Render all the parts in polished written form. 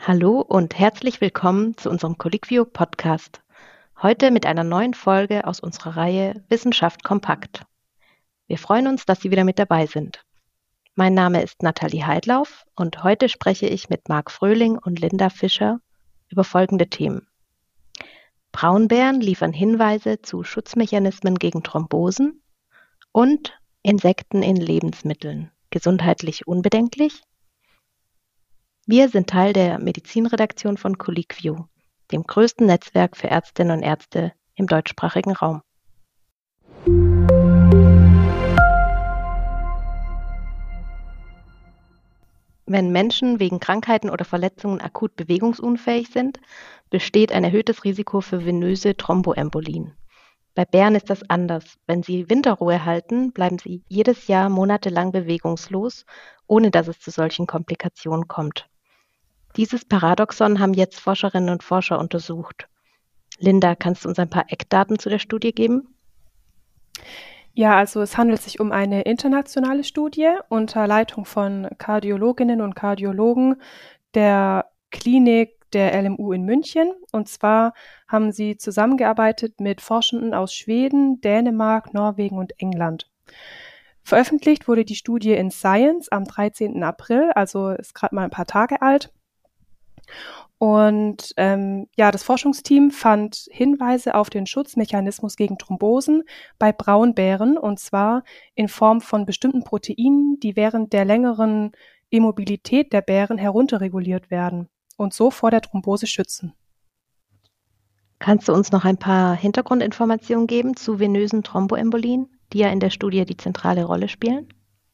Hallo und herzlich willkommen zu unserem Colliquio Podcast. Heute mit einer neuen Folge aus unserer Reihe Wissenschaft kompakt. Wir freuen uns, dass Sie wieder mit dabei sind. Mein Name ist Nathalie Heidlauf und heute spreche ich mit Marc Fröhling und Linda Fischer über folgende Themen. Braunbären liefern Hinweise zu Schutzmechanismen gegen Thrombosen und Insekten in Lebensmitteln. Gesundheitlich unbedenklich? Wir sind Teil der Medizinredaktion von Colliquio, dem größten Netzwerk für Ärztinnen und Ärzte im deutschsprachigen Raum. Wenn Menschen wegen Krankheiten oder Verletzungen akut bewegungsunfähig sind, besteht ein erhöhtes Risiko für venöse Thromboembolien. Bei Bären ist das anders. Wenn sie Winterruhe halten, bleiben sie jedes Jahr monatelang bewegungslos, ohne dass es zu solchen Komplikationen kommt. Dieses Paradoxon haben jetzt Forscherinnen und Forscher untersucht. Linda, kannst du uns ein paar Eckdaten zu der Studie geben? Ja, also es handelt sich um eine internationale Studie unter Leitung von Kardiologinnen und Kardiologen der Klinik der LMU in München. Und zwar haben sie zusammengearbeitet mit Forschenden aus Schweden, Dänemark, Norwegen und England. Veröffentlicht wurde die Studie in Science am 13. April, also ist gerade mal ein paar Tage alt. Und das Forschungsteam fand Hinweise auf den Schutzmechanismus gegen Thrombosen bei Braunbären, und zwar in Form von bestimmten Proteinen, die während der längeren Immobilität der Bären herunterreguliert werden und so vor der Thrombose schützen. Kannst du uns noch ein paar Hintergrundinformationen geben zu venösen Thromboembolien, die ja in der Studie die zentrale Rolle spielen?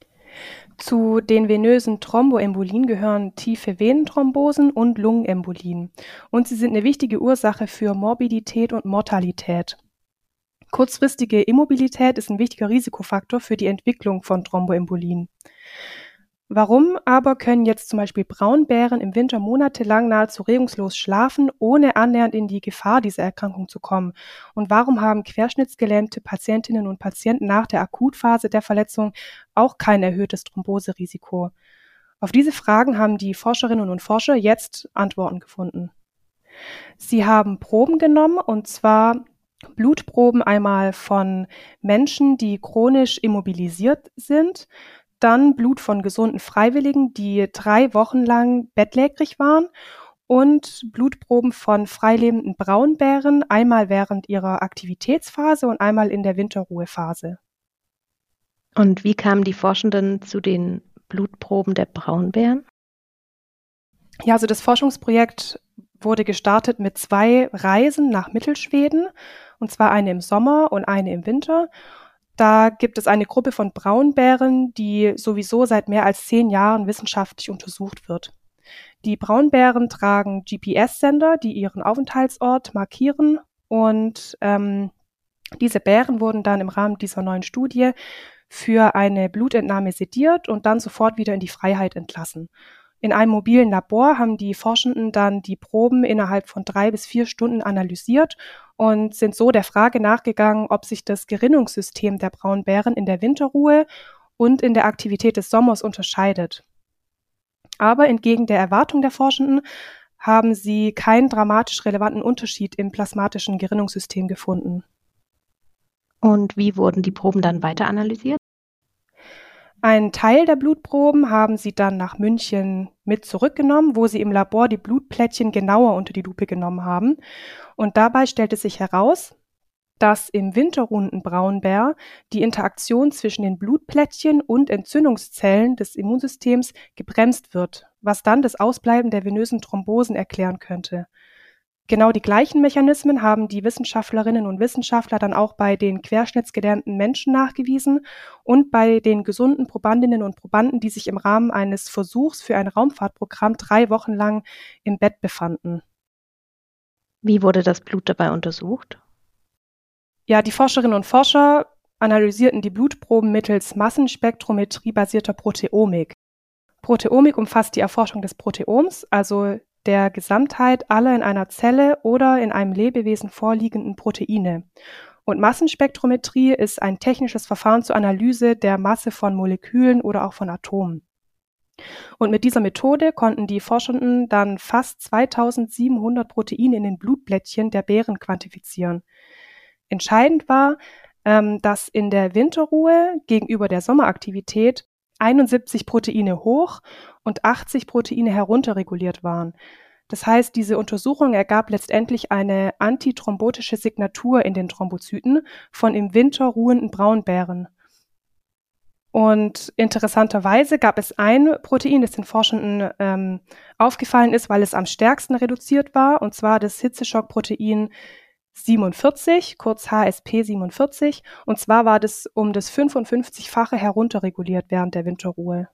Zu den venösen Thromboembolien gehören tiefe Venenthrombosen und Lungenembolien. Und sie sind eine wichtige Ursache für Morbidität und Mortalität. Kurzfristige Immobilität ist ein wichtiger Risikofaktor für die Entwicklung von Thromboembolien. Warum aber können jetzt zum Beispiel Braunbären im Winter monatelang nahezu regungslos schlafen, ohne annähernd in die Gefahr dieser Erkrankung zu kommen? Und warum haben querschnittsgelähmte Patientinnen und Patienten nach der Akutphase der Verletzung auch kein erhöhtes Thromboserisiko? Auf diese Fragen haben die Forscherinnen und Forscher jetzt Antworten gefunden. Sie haben Proben genommen, und zwar Blutproben einmal von Menschen, die chronisch immobilisiert sind, dann Blut von gesunden Freiwilligen, die 3 Wochen lang bettlägerig waren, und Blutproben von freilebenden Braunbären, einmal während ihrer Aktivitätsphase und einmal in der Winterruhephase. Und wie kamen die Forschenden zu den Blutproben der Braunbären? Ja, also das Forschungsprojekt wurde gestartet mit 2 Reisen nach Mittelschweden, und zwar eine im Sommer und eine im Winter. Da gibt es eine Gruppe von Braunbären, die sowieso seit mehr als 10 Jahren wissenschaftlich untersucht wird. Die Braunbären tragen GPS-Sender, die ihren Aufenthaltsort markieren, und diese Bären wurden dann im Rahmen dieser neuen Studie für eine Blutentnahme sediert und dann sofort wieder in die Freiheit entlassen. In einem mobilen Labor haben die Forschenden dann die Proben innerhalb von 3 bis 4 Stunden analysiert und sind so der Frage nachgegangen, ob sich das Gerinnungssystem der Braunbären in der Winterruhe und in der Aktivität des Sommers unterscheidet. Aber entgegen der Erwartung der Forschenden haben sie keinen dramatisch relevanten Unterschied im plasmatischen Gerinnungssystem gefunden. Und wie wurden die Proben dann weiter analysiert? Einen Teil der Blutproben haben sie dann nach München mit zurückgenommen, wo sie im Labor die Blutplättchen genauer unter die Lupe genommen haben. Und dabei stellte sich heraus, dass im winterruhenden Braunbär die Interaktion zwischen den Blutplättchen und Entzündungszellen des Immunsystems gebremst wird, was dann das Ausbleiben der venösen Thrombosen erklären könnte. Genau die gleichen Mechanismen haben die Wissenschaftlerinnen und Wissenschaftler dann auch bei den querschnittsgelähmten Menschen nachgewiesen und bei den gesunden Probandinnen und Probanden, die sich im Rahmen eines Versuchs für ein Raumfahrtprogramm 3 Wochen lang im Bett befanden. Wie wurde das Blut dabei untersucht? Ja, die Forscherinnen und Forscher analysierten die Blutproben mittels Massenspektrometrie-basierter Proteomik. Proteomik umfasst die Erforschung des Proteoms, also der Gesamtheit aller in einer Zelle oder in einem Lebewesen vorliegenden Proteine. Und Massenspektrometrie ist ein technisches Verfahren zur Analyse der Masse von Molekülen oder auch von Atomen. Und mit dieser Methode konnten die Forschenden dann fast 2700 Proteine in den Blutblättchen der Bären quantifizieren. Entscheidend war, dass in der Winterruhe gegenüber der Sommeraktivität 71 Proteine hoch und 80 Proteine herunterreguliert waren. Das heißt, diese Untersuchung ergab letztendlich eine antithrombotische Signatur in den Thrombozyten von im Winter ruhenden Braunbären. Und interessanterweise gab es ein Protein, das den Forschenden aufgefallen ist, weil es am stärksten reduziert war, und zwar das Hitzeschockprotein 47, kurz HSP47. Und zwar war das um das 55-fache herunterreguliert während der Winterruhe.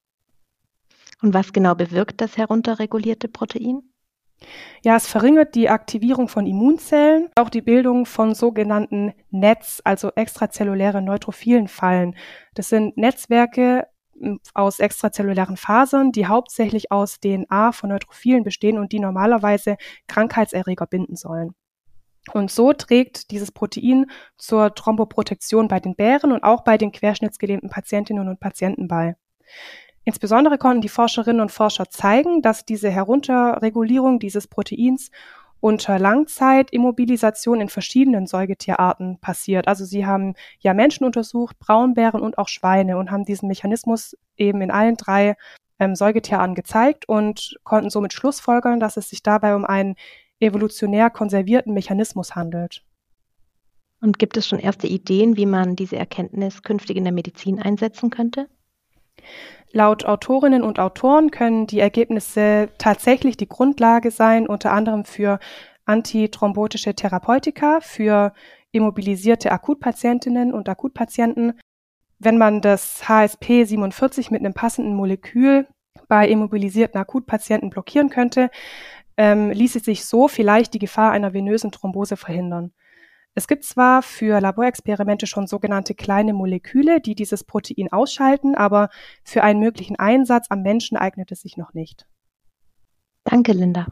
Und was genau bewirkt das herunterregulierte Protein? Ja, es verringert die Aktivierung von Immunzellen, auch die Bildung von sogenannten NETs, also extrazelluläre Neutrophilen Fallen. Das sind Netzwerke aus extrazellulären Fasern, die hauptsächlich aus DNA von Neutrophilen bestehen und die normalerweise Krankheitserreger binden sollen. Und so trägt dieses Protein zur Thromboprotektion bei den Bären und auch bei den querschnittsgelähmten Patientinnen und Patienten bei. Insbesondere konnten die Forscherinnen und Forscher zeigen, dass diese Herunterregulierung dieses Proteins unter Langzeitimmobilisation in verschiedenen Säugetierarten passiert. Also sie haben ja Menschen untersucht, Braunbären und auch Schweine und haben diesen Mechanismus eben in allen drei Säugetierarten gezeigt und konnten somit schlussfolgern, dass es sich dabei um einen evolutionär konservierten Mechanismus handelt. Und gibt es schon erste Ideen, wie man diese Erkenntnis künftig in der Medizin einsetzen könnte? Laut Autorinnen und Autoren können die Ergebnisse tatsächlich die Grundlage sein, unter anderem für antithrombotische Therapeutika, für immobilisierte Akutpatientinnen und Akutpatienten. Wenn man das HSP47 mit einem passenden Molekül bei immobilisierten Akutpatienten blockieren könnte, ließe sich so vielleicht die Gefahr einer venösen Thrombose verhindern. Es gibt zwar für Laborexperimente schon sogenannte kleine Moleküle, die dieses Protein ausschalten, aber für einen möglichen Einsatz am Menschen eignet es sich noch nicht. Danke, Linda.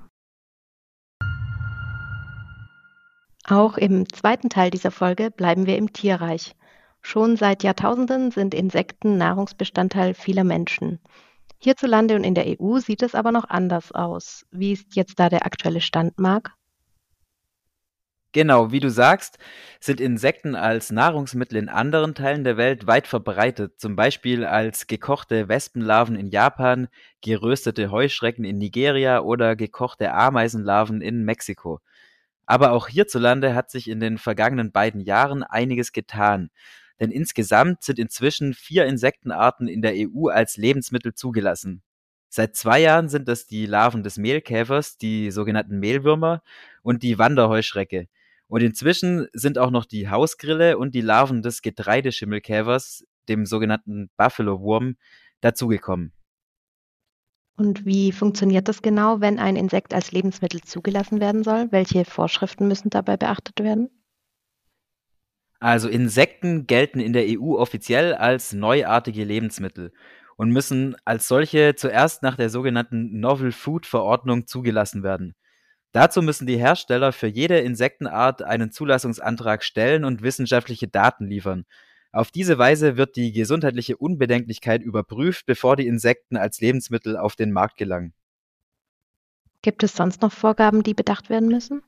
Auch im zweiten Teil dieser Folge bleiben wir im Tierreich. Schon seit Jahrtausenden sind Insekten Nahrungsbestandteil vieler Menschen. Hierzulande und in der EU sieht es aber noch anders aus. Wie ist jetzt da der aktuelle Stand, Marc? Genau, wie du sagst, sind Insekten als Nahrungsmittel in anderen Teilen der Welt weit verbreitet, zum Beispiel als gekochte Wespenlarven in Japan, geröstete Heuschrecken in Nigeria oder gekochte Ameisenlarven in Mexiko. Aber auch hierzulande hat sich in den vergangenen beiden Jahren einiges getan, denn insgesamt sind inzwischen 4 Insektenarten in der EU als Lebensmittel zugelassen. Seit 2 Jahren sind das die Larven des Mehlkäfers, die sogenannten Mehlwürmer, und die Wanderheuschrecke. Und inzwischen sind auch noch die Hausgrille und die Larven des Getreideschimmelkäfers, dem sogenannten Buffalo-Wurm, dazugekommen. Und wie funktioniert das genau, wenn ein Insekt als Lebensmittel zugelassen werden soll? Welche Vorschriften müssen dabei beachtet werden? Also Insekten gelten in der EU offiziell als neuartige Lebensmittel und müssen als solche zuerst nach der sogenannten Novel Food Verordnung zugelassen werden. Dazu müssen die Hersteller für jede Insektenart einen Zulassungsantrag stellen und wissenschaftliche Daten liefern. Auf diese Weise wird die gesundheitliche Unbedenklichkeit überprüft, bevor die Insekten als Lebensmittel auf den Markt gelangen. Gibt es sonst noch Vorgaben, die bedacht werden müssen?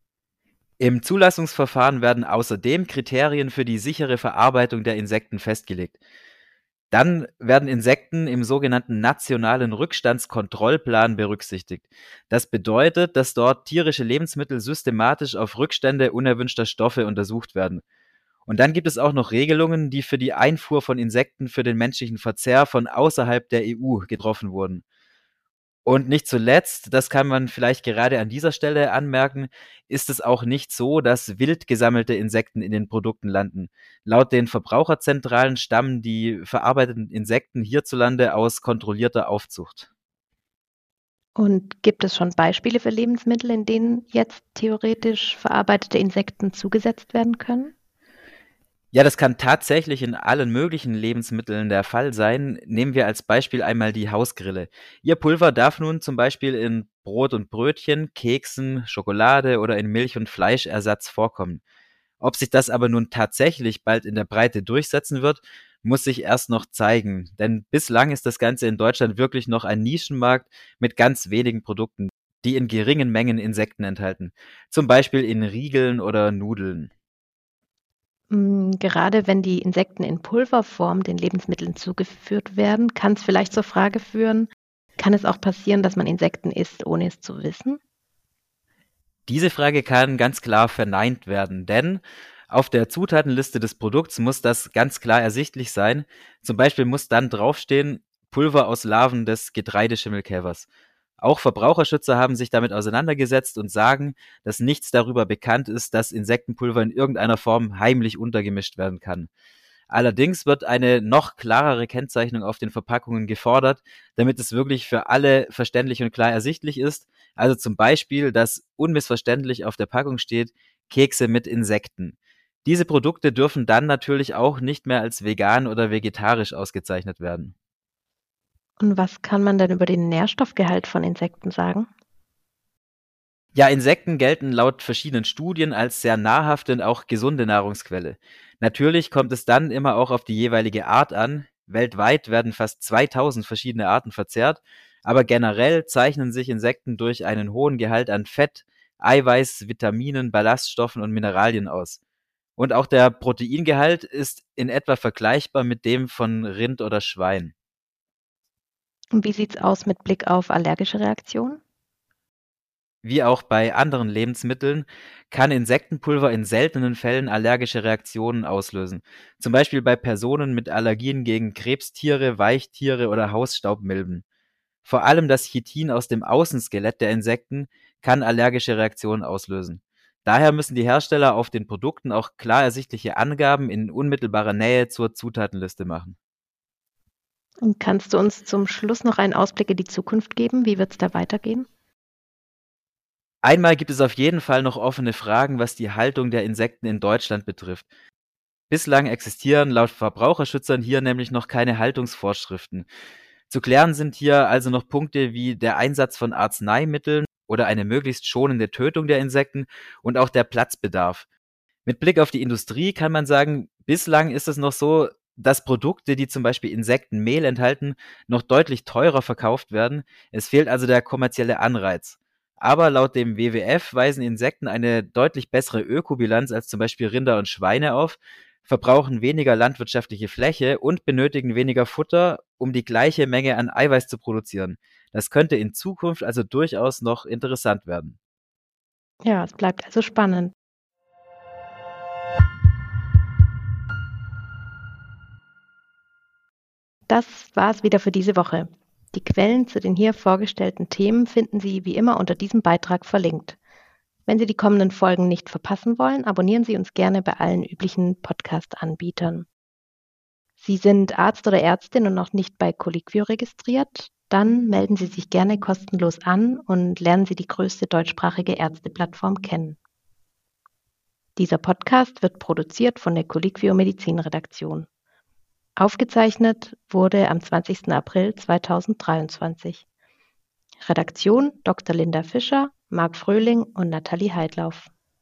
Im Zulassungsverfahren werden außerdem Kriterien für die sichere Verarbeitung der Insekten festgelegt. Dann werden Insekten im sogenannten nationalen Rückstandskontrollplan berücksichtigt. Das bedeutet, dass dort tierische Lebensmittel systematisch auf Rückstände unerwünschter Stoffe untersucht werden. Und dann gibt es auch noch Regelungen, die für die Einfuhr von Insekten für den menschlichen Verzehr von außerhalb der EU getroffen wurden. Und nicht zuletzt, das kann man vielleicht gerade an dieser Stelle anmerken, ist es auch nicht so, dass wild gesammelte Insekten in den Produkten landen. Laut den Verbraucherzentralen stammen die verarbeiteten Insekten hierzulande aus kontrollierter Aufzucht. Und gibt es schon Beispiele für Lebensmittel, in denen jetzt theoretisch verarbeitete Insekten zugesetzt werden können? Ja, das kann tatsächlich in allen möglichen Lebensmitteln der Fall sein. Nehmen wir als Beispiel einmal die Hausgrille. Ihr Pulver darf nun zum Beispiel in Brot und Brötchen, Keksen, Schokolade oder in Milch- und Fleischersatz vorkommen. Ob sich das aber nun tatsächlich bald in der Breite durchsetzen wird, muss sich erst noch zeigen. Denn bislang ist das Ganze in Deutschland wirklich noch ein Nischenmarkt mit ganz wenigen Produkten, die in geringen Mengen Insekten enthalten. Zum Beispiel in Riegeln oder Nudeln. Gerade wenn die Insekten in Pulverform den Lebensmitteln zugeführt werden, kann es vielleicht zur Frage führen, kann es auch passieren, dass man Insekten isst, ohne es zu wissen? Diese Frage kann ganz klar verneint werden, denn auf der Zutatenliste des Produkts muss das ganz klar ersichtlich sein. Zum Beispiel muss dann draufstehen, Pulver aus Larven des Getreideschimmelkäfers. Auch Verbraucherschützer haben sich damit auseinandergesetzt und sagen, dass nichts darüber bekannt ist, dass Insektenpulver in irgendeiner Form heimlich untergemischt werden kann. Allerdings wird eine noch klarere Kennzeichnung auf den Verpackungen gefordert, damit es wirklich für alle verständlich und klar ersichtlich ist. Also zum Beispiel, dass unmissverständlich auf der Packung steht, Kekse mit Insekten. Diese Produkte dürfen dann natürlich auch nicht mehr als vegan oder vegetarisch ausgezeichnet werden. Und was kann man denn über den Nährstoffgehalt von Insekten sagen? Ja, Insekten gelten laut verschiedenen Studien als sehr nahrhafte und auch gesunde Nahrungsquelle. Natürlich kommt es dann immer auch auf die jeweilige Art an. Weltweit werden fast 2000 verschiedene Arten verzehrt, aber generell zeichnen sich Insekten durch einen hohen Gehalt an Fett, Eiweiß, Vitaminen, Ballaststoffen und Mineralien aus. Und auch der Proteingehalt ist in etwa vergleichbar mit dem von Rind oder Schwein. Und wie sieht's aus mit Blick auf allergische Reaktionen? Wie auch bei anderen Lebensmitteln kann Insektenpulver in seltenen Fällen allergische Reaktionen auslösen. Zum Beispiel bei Personen mit Allergien gegen Krebstiere, Weichtiere oder Hausstaubmilben. Vor allem das Chitin aus dem Außenskelett der Insekten kann allergische Reaktionen auslösen. Daher müssen die Hersteller auf den Produkten auch klar ersichtliche Angaben in unmittelbarer Nähe zur Zutatenliste machen. Und kannst du uns zum Schluss noch einen Ausblick in die Zukunft geben? Wie wird es da weitergehen? Einmal gibt es auf jeden Fall noch offene Fragen, was die Haltung der Insekten in Deutschland betrifft. Bislang existieren laut Verbraucherschützern hier nämlich noch keine Haltungsvorschriften. Zu klären sind hier also noch Punkte wie der Einsatz von Arzneimitteln oder eine möglichst schonende Tötung der Insekten und auch der Platzbedarf. Mit Blick auf die Industrie kann man sagen, bislang ist es noch so, dass Produkte, die zum Beispiel Insektenmehl enthalten, noch deutlich teurer verkauft werden. Es fehlt also der kommerzielle Anreiz. Aber laut dem WWF weisen Insekten eine deutlich bessere Ökobilanz als zum Beispiel Rinder und Schweine auf, verbrauchen weniger landwirtschaftliche Fläche und benötigen weniger Futter, um die gleiche Menge an Eiweiß zu produzieren. Das könnte in Zukunft also durchaus noch interessant werden. Ja, es bleibt also spannend. Das war's wieder für diese Woche. Die Quellen zu den hier vorgestellten Themen finden Sie wie immer unter diesem Beitrag verlinkt. Wenn Sie die kommenden Folgen nicht verpassen wollen, abonnieren Sie uns gerne bei allen üblichen Podcast-Anbietern. Sie sind Arzt oder Ärztin und noch nicht bei Colliquio registriert? Dann melden Sie sich gerne kostenlos an und lernen Sie die größte deutschsprachige Ärzteplattform kennen. Dieser Podcast wird produziert von der Colliquio Medizinredaktion. Aufgezeichnet wurde am 20. April 2023. Redaktion Dr. Linda Fischer, Marc Fröhling und Nathalie Heidlauf.